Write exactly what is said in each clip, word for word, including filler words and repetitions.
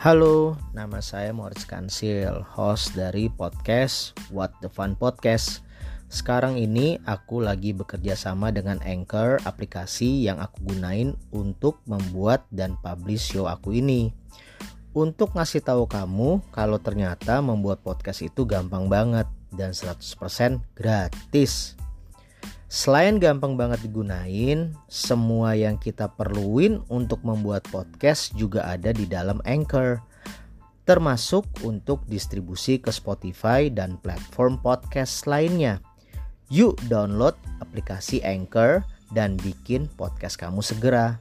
Halo, nama saya Moritz Kansil, host dari podcast What the Fun Podcast. Sekarang ini aku lagi bekerja sama dengan Anchor, aplikasi yang aku gunain untuk membuat dan publish show aku ini. Untuk ngasih tahu kamu kalau ternyata membuat podcast itu gampang banget dan seratus persen gratis. Selain gampang banget digunain, semua yang kita perluin untuk membuat podcast juga ada di dalam Anchor, termasuk untuk distribusi ke Spotify dan platform podcast lainnya. Yuk download aplikasi Anchor dan bikin podcast kamu segera.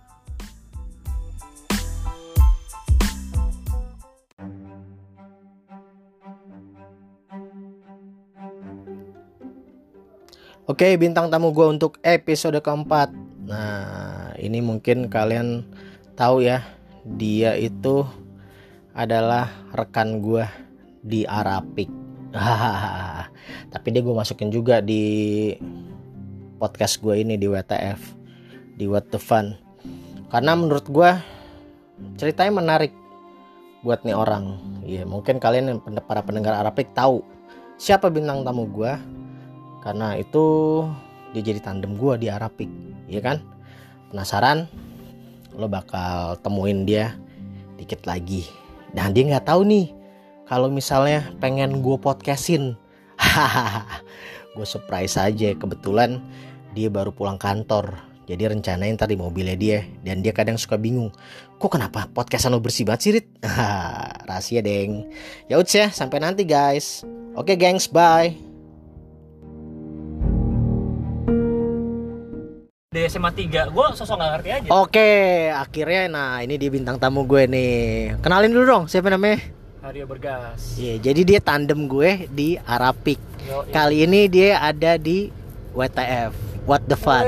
Oke, bintang tamu gue untuk episode keempat. Nah, ini mungkin kalian tahu ya, dia itu adalah rekan gue di Arapik. Tapi dia gue masukin juga di podcast gue ini di W T F, di What the Fun. Karena menurut gue ceritanya menarik buat nih orang. Ya, mungkin kalian para pendengar Arapik tahu siapa bintang tamu gue. Karena itu dia jadi tandem gue di Arapik, ya kan? Penasaran? Lo bakal temuin dia dikit lagi. Dan dia nggak tahu nih kalau misalnya pengen gue podcastin. Gue surprise aja. Kebetulan dia baru pulang kantor. Jadi rencananya ntar di mobilnya dia. Dan dia kadang suka bingung. Kok kenapa podcastan lo bersih banget sih, Rit? Rahasia deng. Ya udah ya, sampai nanti guys. Oke gengs, bye. Di S M A tiga, gue sosok gak ngerti aja. Oke, akhirnya nah ini dia bintang tamu gue nih. Kenalin dulu dong, siapa namanya? Haryo Bergas. Iya, jadi dia tandem gue di Arapik. Yo, iya. Kali ini dia ada di W T F, What the Fun.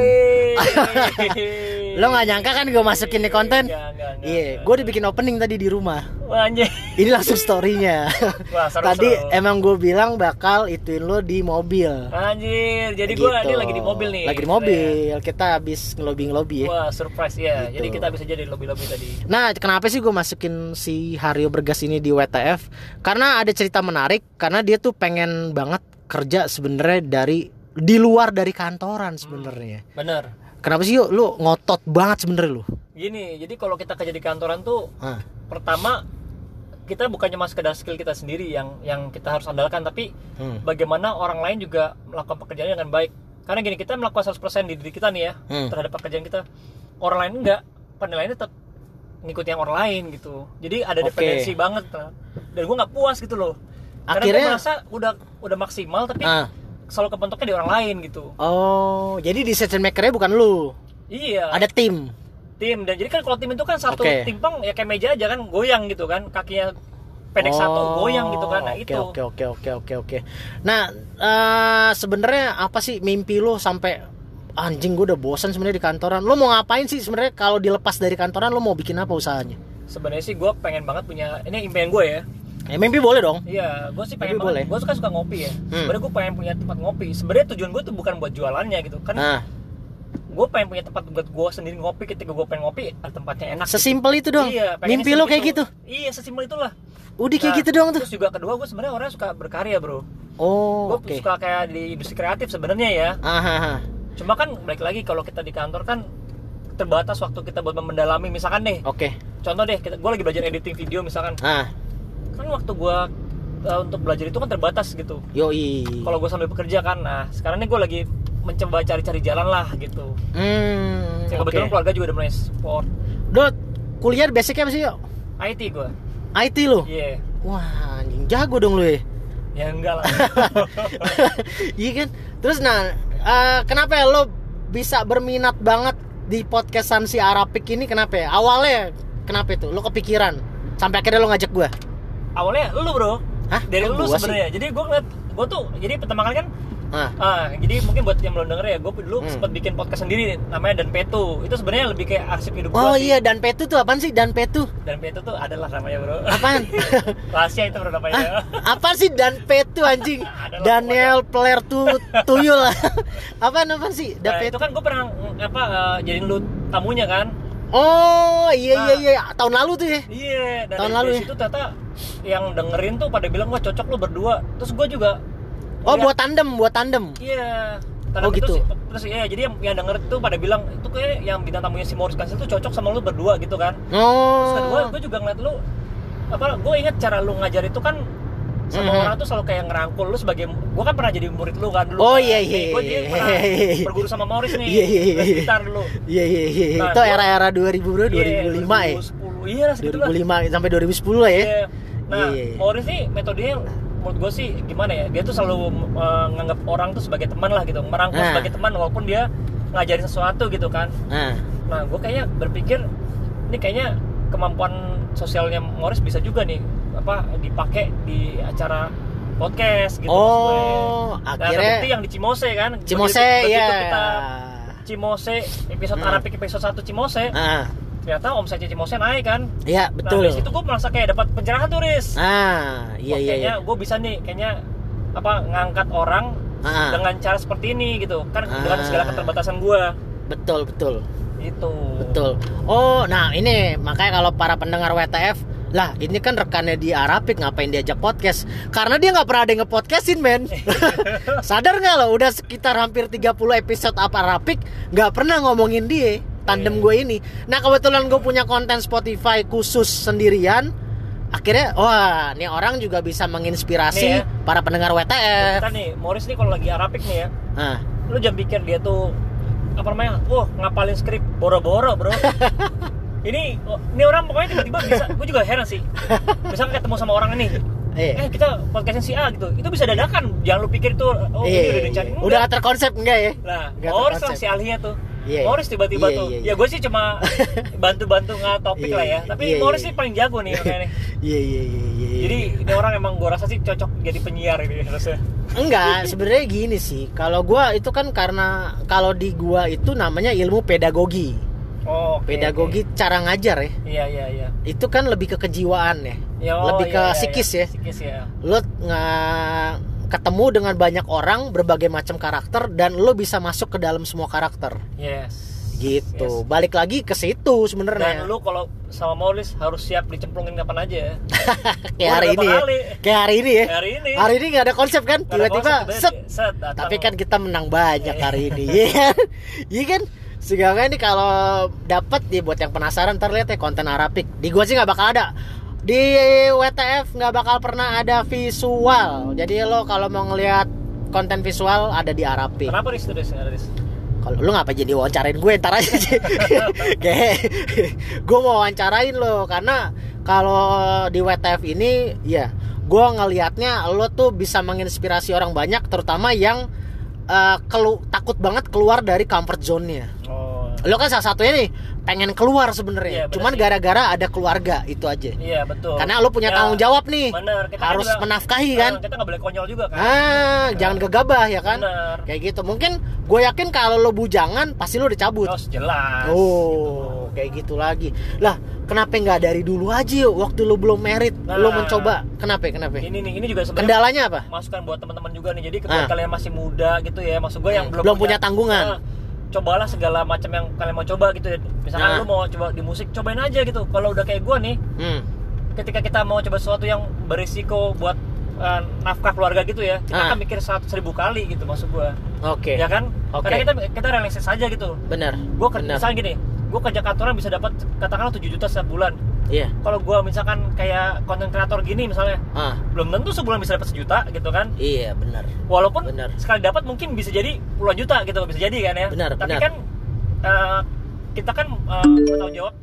Lo gak nyangka kan gue masukin nih konten? Iya, gue udah bikin opening tadi di rumah. Wah, anjir. Ini langsung story-nya. Wah, seru, tadi seru. emang gue bilang bakal ituin lo di mobil. Anjir, jadi gue Gitu. dia lagi di mobil nih. Lagi di mobil, kita habis ngelobi-ngelobi ya. Wah, surprise ya. Gitu. Jadi kita bisa jadi lobby-lobby tadi. Nah, kenapa sih gue masukin si Haryo Bergas ini di W T F? Karena ada cerita menarik. Karena dia tuh pengen banget kerja sebenarnya dari di luar dari kantoran sebenarnya. Hmm, bener. Kenapa sih yuk lu ngotot banget sebenarnya lu? Gini, jadi kalau kita kerja di kantoran tuh, Ah. pertama kita bukannya cuma sekedar skill kita sendiri yang yang kita harus andalkan, tapi Hmm. bagaimana orang lain juga melakukan pekerjaannya dengan baik. Karena gini, kita melakukan seratus persen di diri kita nih ya, Hmm. terhadap pekerjaan kita. Orang lain enggak, penilaiannya tetap ngikutin yang orang lain gitu. Jadi ada Oke. dependensi banget. Dan gue nggak puas gitu loh. Karena Akhirnya- gue merasa udah udah maksimal, tapi Ah. selalu kepentoknya di orang lain gitu. Oh, jadi decision maker-nya bukan lu. Iya. Ada tim. Tim, dan jadi kan kalau tim itu kan satu Oke. timpang ya kayak meja aja kan, goyang gitu kan, kakinya pendek satu goyang gitu kan. Nah oke, itu Oke, oke, oke, oke, oke. Nah, eh, sebenarnya apa sih mimpi lu sampai anjing gue udah bosan sebenarnya di kantoran. Lu mau ngapain sih sebenarnya kalau dilepas dari kantoran lu mau bikin apa usahanya? sebenarnya sih gue pengen banget punya, ini impian gue ya. Eh, mimpi boleh dong. Iya, gue sih Mimpi pengen boleh. banget. Gue suka suka ngopi ya. Hmm. Sebenarnya gue pengen punya tempat ngopi. Sebenarnya tujuan gue tuh bukan buat jualannya gitu kan. Nah, Gue pengen punya tempat buat gue sendiri ngopi. Ketika gue pengen ngopi, ada tempatnya enak. sesimpel itu dong. Iya, pengennya Mimpi lo segitu. kayak gitu. Iya, sesimpel itulah. Udah kayak Nah, gitu doang tuh. Terus juga kedua, gue sebenarnya orang suka berkarya bro. Oh, Gue oke. suka kayak di industri kreatif sebenarnya ya. Ah, Cuma kan balik lagi kalau kita di kantor kan terbatas waktu kita buat mendalami. Misalkan deh, oke. contoh deh, kita, gue lagi belajar editing video misalkan. Ah, Kan waktu gue uh, untuk belajar itu kan terbatas gitu. yoi. Kalau gue sambil bekerja kan, nah sekarang ini gue lagi mencoba cari-cari jalan lah gitu. Hmm, Ya, oke. kebetulan keluarga juga udah mulai support. Dot, kuliah basicnya apa sih yuk? I T gue, I T lo? iya, Wah, anjing jago dong lu ya. ya enggak lah. Iya kan? Terus nah, eh, kenapa ya lo bisa berminat banget di podcastan si Arapik ini? Kenapa ya? Awalnya kenapa itu? Lo kepikiran sampai akhirnya lo ngajak gua? Awalnya lu bro, Hah? dari Kok lu gua sebenarnya. Jadi gue ngeliat, gue tuh jadi pertama kali kan, Ah, ah, jadi mungkin buat yang belum denger ya, gue dulu Hmm. sempat bikin podcast sendiri namanya Dan Petu. Itu sebenarnya lebih kayak arsip hidup gue oh sih. iya, Dan Petu tuh apaan sih? Dan Petu? Dan Petu tuh adalah namanya bro. Apaan? Rahasia itu bro namanya. Apaan sih Dan Petu anjing? Adalah Daniel Player tu Tuyul. Apaan apaan sih? Dan Nah, itu Petu? kan gue pernah apa uh, jadiin lu tamunya kan. Oh iya Nah. iya iya tahun lalu tuh ya. Iya, dan Tahun dari, lalu dari ya? situ ternyata yang dengerin tuh pada bilang wah cocok lu berdua. Terus gue juga Oh lihat- buat tandem, buat tandem. Iya. Oh, itu gitu. sih- terus ya jadi yang, yang denger tuh pada bilang itu kayak yang bintang tamunya si Morris Cancel tuh cocok sama lu berdua gitu kan. Terus kedua Oh. gue juga ngeliat lu apa gue inget cara lu ngajar itu kan sama Mhm. orang tuh selalu kayak ngerangkul lu sebagai gue kan pernah jadi murid lu kan dulu. Oh, kan. iya, iya, Gue jadi iya. pernah berguru sama Morris nih. Iya, iya, iya. Les gitar dulu. Iya iya iya. Nah, Itu gua- era-era dua ribu berapa? dua ribu lima ya. dua ribu sepuluh Iya lah dua segitu ribu lah. lima sampai dua ribu sepuluh lah ya. Iya. Nah, Iya, iya. Morris nih metodenya menurut gue sih gimana ya? Dia tuh selalu uh, nganggap orang tuh sebagai teman lah gitu, merangkul Nah. sebagai teman walaupun dia ngajarin sesuatu gitu kan. Nah, Nah, gue kayaknya berpikir ini kayaknya kemampuan sosialnya Morris bisa juga nih apa dipakai di acara podcast gitu. maksud gue. oh, Nah, akhirnya terbukti yang di Cimose kan. Cimose Begitu- ya. begitu kita Cimose episode Hmm. Arapik episode satu Cimose, Ah, ternyata omsetnya Cimose naik kan. iya Nah, betul. dari situ gue merasa kayak dapat pencerahan tuh, Riz. Ah, iya Wah, iya kayaknya iya. gue bisa nih kayaknya apa ngangkat orang Ah, dengan cara seperti ini gitu kan Ah. dengan segala keterbatasan gue betul betul. itu Betul. Oh, nah ini makanya kalau para pendengar W T F, lah ini kan rekannya di Arapik, ngapain diajak podcast? Karena dia nggak pernah ada yang nge-podcastin, men. Sadar nggak lo? Udah sekitar hampir tiga puluh episode apa Arapik, nggak pernah ngomongin dia, tandem gue ini. Nah kebetulan gue punya konten Spotify khusus sendirian. Akhirnya, wah, ini orang juga bisa menginspirasi Nih ya. para pendengar W T F. kan nih Morris nih kalau lagi Arapik nih ya Nah, lu jangan pikir dia tuh apa namanya wah ngapalin skrip boro-boro bro ini oh, ini orang pokoknya tiba-tiba bisa gue juga heran sih misalnya ketemu sama orang ini iya. eh kita podcastnya si A gitu itu bisa dadakan jangan lu pikir itu oh Iya, ini udah direncanain iya. Enggak. Udah terkonsep enggak ya? Nah, Nggak Morris terkonsep. lah si ahlinya tuh. Iya, iya. Morris tiba-tiba Iya, tuh. iya, iya. Ya gue sih cuma bantu-bantu nge-topik Iya, lah ya. iya. Tapi Iya, Morris iya. sih paling jago nih makanya nih. Iya iya iya iya. Jadi ini orang emang gue rasa sih cocok jadi penyiar ini harusnya. Enggak, sebenarnya gini sih. Kalau gua itu kan karena kalau di gua itu namanya ilmu pedagogi. Oh, oke, Pedagogi oke. cara ngajar ya. Iya, iya, iya. Itu kan lebih ke kejiwaan ya. Ya, oh, Lebih ke iya, iya, psikis iya. ya. Psikis ya. Lo nggak ketemu dengan banyak orang berbagai macam karakter dan lo bisa masuk ke dalam semua karakter. Yes. Gitu. Yes. Balik lagi ke situ sebenarnya. Dan lu kalau sama Morris harus siap dicemplungin kapan aja. Kayak Gua hari udah ini ya. berapa kali. Kayak hari ini ya. Hari ini. Hari ini nggak ada konsep kan? Nggak ada Tiba-tiba konsep, set. set datang. Tapi kan kita menang banyak hari ini. Iya kan? Iya kan? Sehingga ini kalau dapat ya buat yang penasaran ntar lihat ya konten Arapik. Di gua sih nggak bakal ada. Di W T F nggak bakal pernah ada visual. Jadi lo kalau mau ngelihat konten visual ada di Arapik. Kenapa Riz tuh Riz? Ada Riz? Kalau lu ngapa jadi wawancarain gue ntar aja sih. Kayak gue mau wawancarain lo karena kalau di W T F ini ya gue ngelihatnya lo tuh bisa menginspirasi orang banyak terutama yang uh, kelu- takut banget keluar dari comfort zone-nya. Oh. Lo kan salah satunya nih pengen keluar sebenarnya. Iya, bener Cuman sih. gara-gara ada keluarga itu aja. Iya, betul. Karena lo punya Ya, tanggung jawab nih. Bener. Kita Harus kan juga, menafkahi eh, kan. Kita nggak boleh konyol juga kan. Ah, jangan gegabah ya kan. Bener. Kayak gitu. Mungkin gue yakin kalau lo bujangan pasti lo dicabut. Oh, jelas. Oh, kayak gitu lagi. Lah, kenapa nggak dari dulu aja yuk, waktu lu belum merit, Nah. lu mencoba? Kenapa? Kenapa? Ini nih, ini juga sebenarnya Kendalanya apa? masukan buat teman-teman juga nih. Jadi ketika Ah. kalian masih muda gitu ya, maksud gue yang Hmm, belum, belum punya tanggungan. Nah, cobalah segala macam yang kalian mau coba gitu. Misalkan Nah. lu mau coba di musik, cobain aja gitu. Kalau udah kayak gue nih, Hmm. ketika kita mau coba sesuatu yang berisiko buat uh, nafkah keluarga gitu ya, kita Ah. akan mikir seratus ribu kali gitu maksud gue. Oke. Ya kan? Oke. Karena kita kita realistis aja gitu. Benar. Gue kerja Benar. misalnya gini, gue kerja kantoran bisa dapat katakanlah tujuh juta setiap bulan. Iya. Kalau gue misalkan kayak konten kreator gini misalnya, Ah. belum tentu sebulan bisa dapat sejuta gitu kan. Iya, benar. Walaupun Benar. sekali dapat mungkin bisa jadi puluhan juta gitu, bisa jadi kan ya. Benar, Tapi benar. kan uh, kita kan uh, bertanggung jawab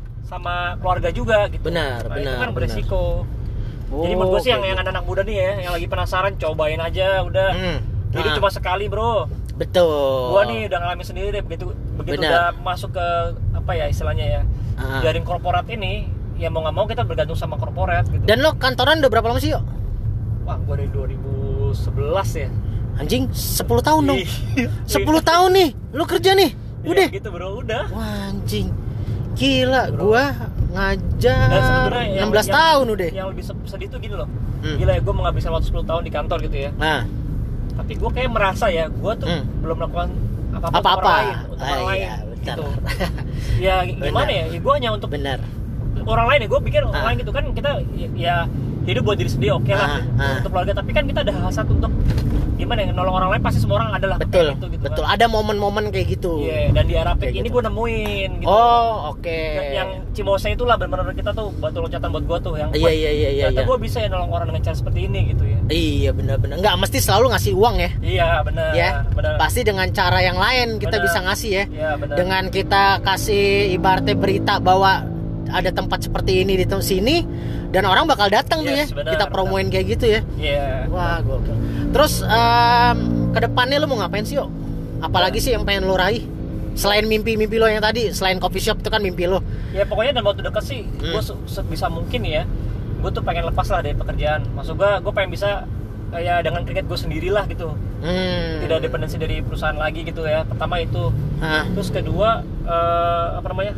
sama keluarga juga gitu. Benar, Nah, benar, itu kan benar. beresiko. Oh, Jadi menurut gue sih yang kayak yang gitu. anak-anak muda nih ya, yang lagi penasaran cobain aja udah. Hmm. Jadi Ah. cuma sekali bro. Betul. Gua nih udah ngalamin sendiri begitu begitu Benar. udah masuk ke apa ya istilahnya ya. Ah. Jaring korporat ini, ya mau nggak mau kita bergantung sama korporat gitu. Dan lo kantoran udah berapa lama sih, yuk? Wah, gua dari dua ribu sebelas ya. Anjing, sepuluh tahun dong. Iya. sepuluh tahun nih, lu kerja nih. Udah. Iya, gitu bro, udah. Wah, anjing. Gila, Bro. gua Dan ngajar sebenarnya yang- enam belas yang- tahun udah. Yang lebih sedih tuh gini loh. Hmm. Gila ya, gue menghabiskan waktu sepuluh tahun di kantor gitu ya. Nah, Tapi gue kayak merasa ya, gue tuh Hmm. belum melakukan apa-apa untuk apa-apa. orang lain, untuk Ah, orang lain. iya, benar. Benar. gitu. Ya gimana Benar. ya, gue hanya untuk Benar. orang lain ya, gue pikir orang Ah. lain gitu kan, kita ya, ya hidup buat diri sendiri oke lah, Ah, ah. untuk keluarga, tapi kan kita ada hasrat untuk gimana ya, nolong orang lain, pasti semua orang adalah Betul. kayak gitu, gitu Betul. kan. Ada momen-momen kayak gitu. Iya, dan di Arapik Kayak ini gitu. gue nemuin gitu. Oh, oke. Yang Cimose itulah benar-benar kita tuh batu loncatan buat gue tuh, yang Iya, iya, iya, iya, ternyata iya. gue bisa ya nolong orang dengan cara seperti ini gitu ya. Iya, benar-benar. Nggak mesti selalu ngasih uang ya. Iya benar. Ya, benar. pasti dengan cara yang lain kita Benar. bisa ngasih ya. Iya benar. Dengan kita kasih ibaratnya berita bahwa ada tempat seperti ini di tempat sini dan orang bakal datang tuh ya. Yes, benar, Kita promoin kayak gitu ya. Iya. Wah, gokil. Terus em, ke depannya lu mau ngapain sih, Yo? Apalagi sih yang pengen lu raih? Selain mimpi-mimpi lo yang tadi, selain coffee shop itu kan mimpi lo. Ya pokoknya dalam waktu dekat sih, Hmm. gue sebisa mungkin ya, gue tuh pengen lepas lah dari pekerjaan. Maksud gue, gue pengen bisa kayak dengan kriket gue sendirilah gitu. Hmm. Tidak dependensi dari perusahaan lagi gitu ya. Pertama itu. Ah, Terus kedua, eh, apa namanya?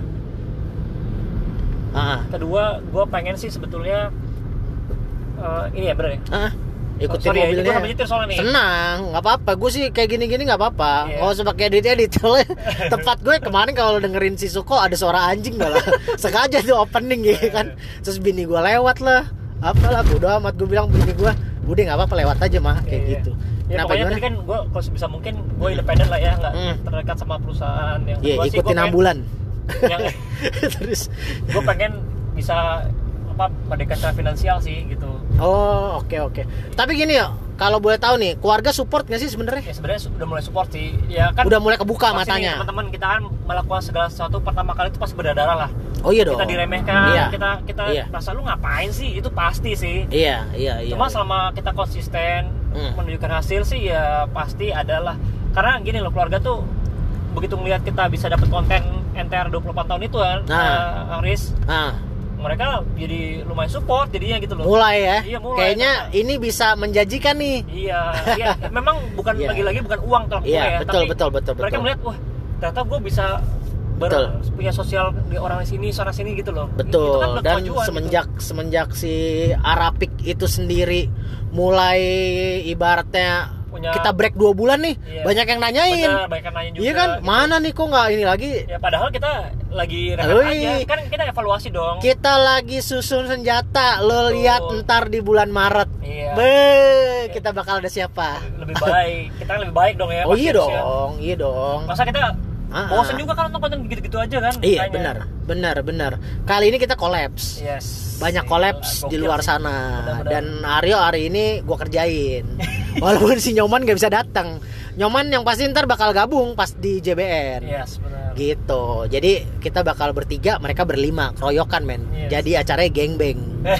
ah, Kedua, gue pengen sih sebetulnya eh, ini ya bener ya. ah. Ikutin Sorry ya, ini gue mobilnya. sambil nyetir soalnya nih. Senang, nggak apa-apa. Gue sih kayak gini-gini nggak apa-apa. Iya. Nggak usah pakai edit-edit. Soalnya tempat gue kemarin kalau dengerin si Suko ada suara anjing malah. Sengaja tuh opening gitu kan. Terus bini gue lewat lah. Apalah, bodo amat, gue bilang bini gue, udah nggak apa-apa lewat aja mah kayak Iya. gitu. Ya Kenapa pokoknya gimana? tadi kan gue kalau sebisa mungkin gue independen lah ya, nggak Hmm. terdekat sama perusahaan. Yang Iya, kedua sih, ikutin gua pengen- ambulan. yang Terus, gue pengen bisa apa merdeka secara finansial sih gitu. oh oke oke. Tapi gini ya, kalau boleh tahu nih, keluarga support nggak sih sebenarnya? Ya sebenarnya su- udah mulai support sih. Ya kan Udah mulai kebuka pasti nih matanya. teman-teman kita kan melakukan segala sesuatu pertama kali itu pasti berdarah lah. Oh iya dong. Kita diremehkan, Iya. kita kita Iya. merasa lu ngapain sih? Itu pasti sih. Iya iya iya. Cuma selama kita konsisten Hmm. menunjukkan hasil sih ya pasti adalah, karena gini loh, keluarga tuh begitu ngelihat kita bisa dapat konten N T R dua puluh empat tahun itu kan, Nah. uh, Riz, Nah, mereka jadi lumayan support jadinya gitu loh. mulai ya. Iya, mulai. Kayaknya ini bisa menjanjikan nih. Iya, iya. Memang bukan Iya. lagi-lagi bukan uang tolak Iya, ya, betul, tapi betul, betul, mereka betul. melihat, wah ternyata gue bisa ber, Betul. punya sosial di orang di sini, sana sini gitu loh. Itu Betul. kan Dan kemajuan semenjak semenjak si Arapik itu sendiri mulai ibaratnya Punya- kita break dua bulan nih, Iya. banyak yang gitu. nanyain. Bener, banyak yang nanya juga. Iya kan, gitu. mana nih kok nggak ini lagi? Ya padahal kita lagi rehat Ui. aja, kan kita evaluasi dong. Kita lagi susun senjata. Lo Betul. lihat ntar di bulan Maret. Iya. Be, kita bakal ada siapa? Lebih baik, kita kan lebih baik dong ya. Oh pasti iya harusnya. dong, iya dong. Masa kita Ah, bosen ah. juga kan nonton konten gitu-gitu aja kan? Iya Makanya. benar, benar, benar. Kali ini kita kolaps. Yes. Banyak Gila, kolaps di gokil luar sih. sana. Benar-benar. Dan Aryo hari ini gue kerjain. Walaupun si Nyoman gak bisa datang. Nyoman yang pasti ntar bakal gabung pas di J B N. Yes, benar. Gitu. Jadi kita bakal bertiga, mereka berlima, keroyokan men. Yes. Jadi acaranya gengbeng.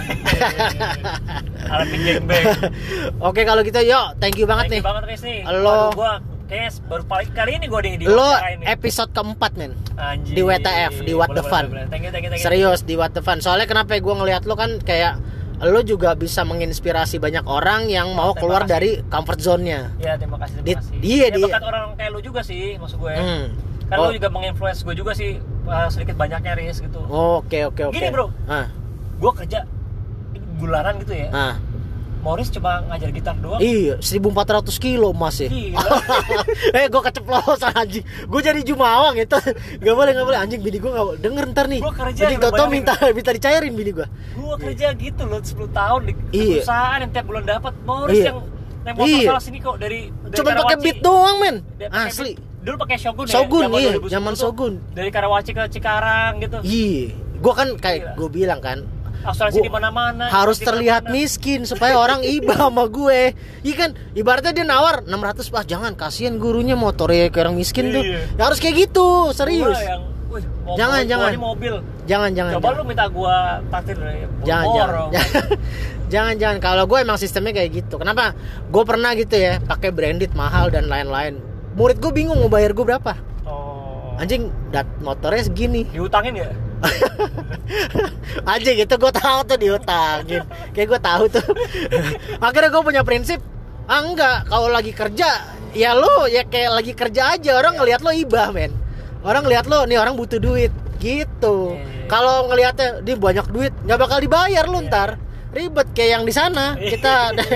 Arapin gengbang. Oke kalau gitu yo, thank you banget Thank nih. you banget Riz nih. Lo- Aduh, gua kayaknya baru paling kali ini gua di di Lo wawancara ini. episode keempat men. Anjir. Di W T F, di What the Boleh, Fun. boleh, boleh. Thank you, thank you, thank you. Serius di What the Fun. Soalnya kenapa gue ngelihat lo kan kayak lo juga bisa menginspirasi banyak orang yang mau Terima keluar kasih. dari comfort zone-nya. Ya, terima kasih, terima Di- kasih. iya, ya, di- berkat orang kayak lu juga sih, maksud gue. Hmm. Kan Oh. lu juga menginfluence gue juga sih, uh, sedikit banyaknya Riz gitu. Oke oke oke. Gini, bro. Ah, Gue kerja bulanan gitu ya. ah. Morris cuma ngajar gitar doang. Iya, seribu empat ratus kilo emas ya. Gila. eh, gue keceplosan anjing. Gue jadi jumawang itu. Gak boleh, gak boleh anjing. Bini gue gak denger ntar nih. Gua kerja Jadi nih, Toto bayangin. minta minta dicairin bini gue. Gue kerja gitu loh sepuluh tahun di di Iya. perusahaan yang tiap bulan dapat. Morris Iya. yang naik motor Iya. salah sini kok dari, dari Cuman pakai Karawaci. beat doang men. Dia pakai Asli. beat. Dulu pakai Shogun, Shogun, ya. iya, dua ribu sepuluh zaman tuh. Shogun. Dari Karawaci ke Cikarang gitu. Iya. Gue kan Gila. kayak gue bilang kan. Asuransi Gua di mana-mana. harus di terlihat mana-mana. miskin supaya orang iba sama gue. Iya kan, ibaratnya dia nawar enam ratus, ah jangan, kasihan gurunya motornya kayak orang miskin tuh. Iya. Ya harus kayak gitu, serius. Gua yang, wih, mau- Jangan, mau- jangan. ini mobil. Jangan jangan. Coba jangan. lu minta gua takdir ya. Jangan jangan. borong. jangan jangan. Kalau gue emang sistemnya kayak gitu. Kenapa? Gue pernah gitu ya, pakai branded mahal dan lain-lain. Murid gue bingung mau bayar gue berapa. Oh. Anjing, dat motornya segini. Diutangin ya? Anjing itu gue tahu tuh diutangin. Kayak gue tahu tuh. Akhirnya gue punya prinsip, ah enggak, kalau lagi kerja ya lo ya kayak lagi kerja aja. Orang ngelihat lo ibah men. Orang ngelihat lo nih orang butuh duit gitu. Iya, iya. Kalau ngelihatnya dia banyak duit nggak bakal dibayar lo Iya. ntar. Ribet kayak yang di sana. Iya. Kita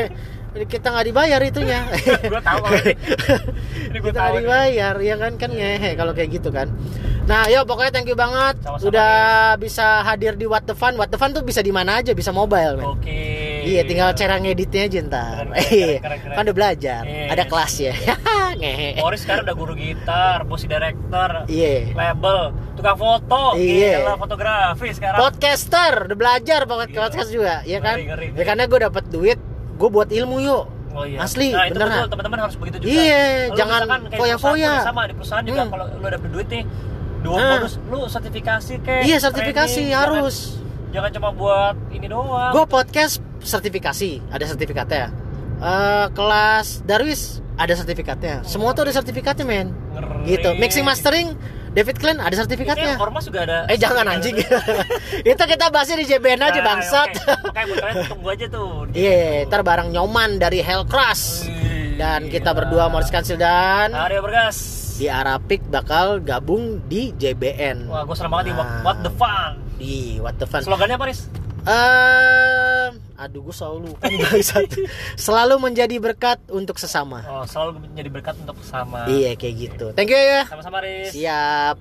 kita nggak dibayar itunya. Gue tahu kalau ini. Ini gue Kita tahu. nggak dibayar, ya kan kan ngehe kalau kayak gitu kan. Nah, yo pokoknya thank you banget. Sama-sama, udah bisa hadir di What the Fun. What the Fun tuh bisa di mana aja, bisa mobile, men. Oke. Iya, tinggal cara ngeditnya aja ntar. Keren, keren, Iya, keren, keren. kan udah belajar, Yes. ada kelas ya. Ngehe. Boris sekarang udah guru gitar, musik director, Iya. label, tukang foto, Iya. gila, fotografi sekarang. Podcaster, udah belajar banget Gila. podcast juga, ya kan? Ngeri, ngeri, Ya ngeri. karena gue dapat duit, gue buat ilmu yuk. Oh iya. Asli, nah, itu beneran. betul, teman-teman harus begitu juga. Iya, Lu jangan misalkan kayak foya-foya. perusahaan pun sama di perusahaan juga, Hmm. kalau lu dapet duit nih, dua Nah. bonus, lu sertifikasi kayak. Iya, sertifikasi harus. Jangan, jangan cuma buat ini doang. Gue podcast sertifikasi, ada sertifikatnya. Eh, kelas Darwis ada sertifikatnya. Semua tuh ada sertifikatnya, men. Ngeri. Gitu. Mixing mastering David Klein ada Ini sertifikatnya. Ormas juga ada. Eh jangan anjing. Itu kita bahasnya di J B N aja bangsat. Oke, buat kalian tunggu aja tuh. Iya, ntar bareng Nyoman dari Hellcrash. Dan kita berdua Morris Kansil dan Aryo Bergas. di Arapik bakal gabung di J B N. Wah, gue senang banget di Nah. What the Fun. Di What the Fun. Slogannya apa, Riz? Eh, aduh gue selalu lupa nih, bangsat. Selalu menjadi berkat untuk sesama. Oh, selalu menjadi berkat untuk sesama. Iya kayak gitu. Thank you ya. Sama-sama, Riz. Siap.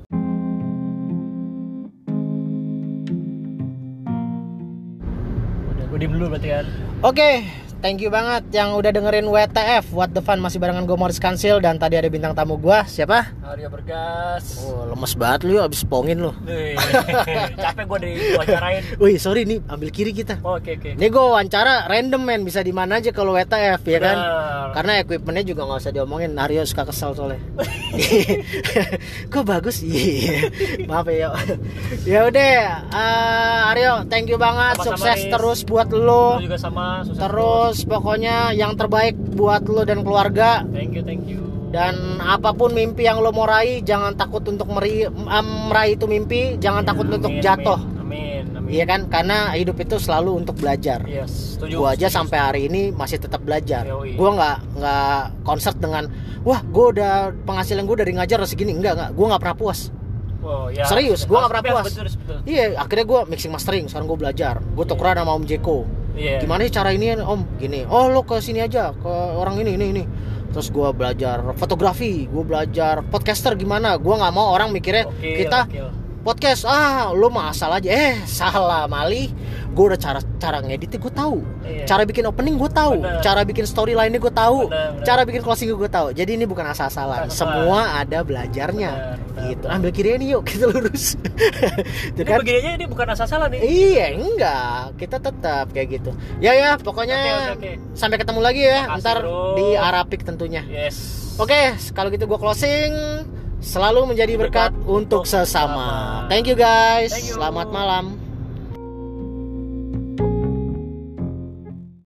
Udah, gue diem dulu berarti kan. Oke, thank you banget yang udah dengerin W T F What the Fun, masih barengan gue Morris Kansil dan tadi ada bintang tamu gue, siapa? Aryo Bergas. Oh, lemes banget lu, abis pongin lu. Wih, capek gue diwawancarain. Wih, sorry nih, ambil kiri kita. Oh, oke oke. Ini gue wawancara random, men, bisa di mana aja kalau W T F ya kan? Benar. Karena equipmentnya juga nggak usah diomongin. Aryo suka kesel soalnya. Kok bagus? Iya. Maaf ya. Ya udah, uh, Aryo, thank you banget. Sama-sama, Sukses Riz. terus buat Lu lo. juga sama, sukses Terus pokoknya yang terbaik buat lo dan keluarga. terus. Thank you, thank you. Dan apapun mimpi yang lo mau raih, jangan takut untuk meri- em, meraih itu mimpi. Jangan takut untuk Amin, jatuh. Amin, amin. Iya kan? Karena hidup itu selalu untuk belajar. Yes, setuju. Gua aja setuju. sampai hari ini masih tetap belajar. Yoi. Gua nggak nggak concert dengan wah gua udah penghasilan gua dari ngajar segini, enggak enggak. Gua nggak pernah puas. Oh, ya. Serius, gua nggak pernah Harus- puas. Betul, betul. Iya, akhirnya gua mixing mastering. Sekarang gua belajar. Gua tukeran sama Om Jeko. Iya. Gimana sih cara ini Om? Gini. Oh lo ke sini aja ke orang ini ini ini. Terus gua belajar fotografi. Gua belajar podcaster gimana. Gua nggak mau orang mikirnya Oke, kita oke. podcast ah lo mah asal aja. Eh salah Mali. Gue udah cara cara ngeditnya gue tahu, Iya. cara bikin opening gue tahu, Bener. cara bikin storyline-nya gue tahu, Bener, bener. cara bikin closing gue tahu. Jadi ini bukan asal-asalan, Asal-asalan. semua ada belajarnya. Bener, bener. Gitu. Ambil kiri nih yuk kita lurus. Tuh Ini kan? begini aja, ini bukan asal-asalan nih. Iya enggak, kita tetap kayak gitu. Ya ya pokoknya Oke, oke, oke. sampai ketemu lagi ya. Makasih, Ntar bro. di Arapik tentunya. Yes. Oke, kalau gitu gue closing. Selalu menjadi berkat, Berkat untuk untuk sesama. sesama. Thank you guys. Thank you. Selamat malam.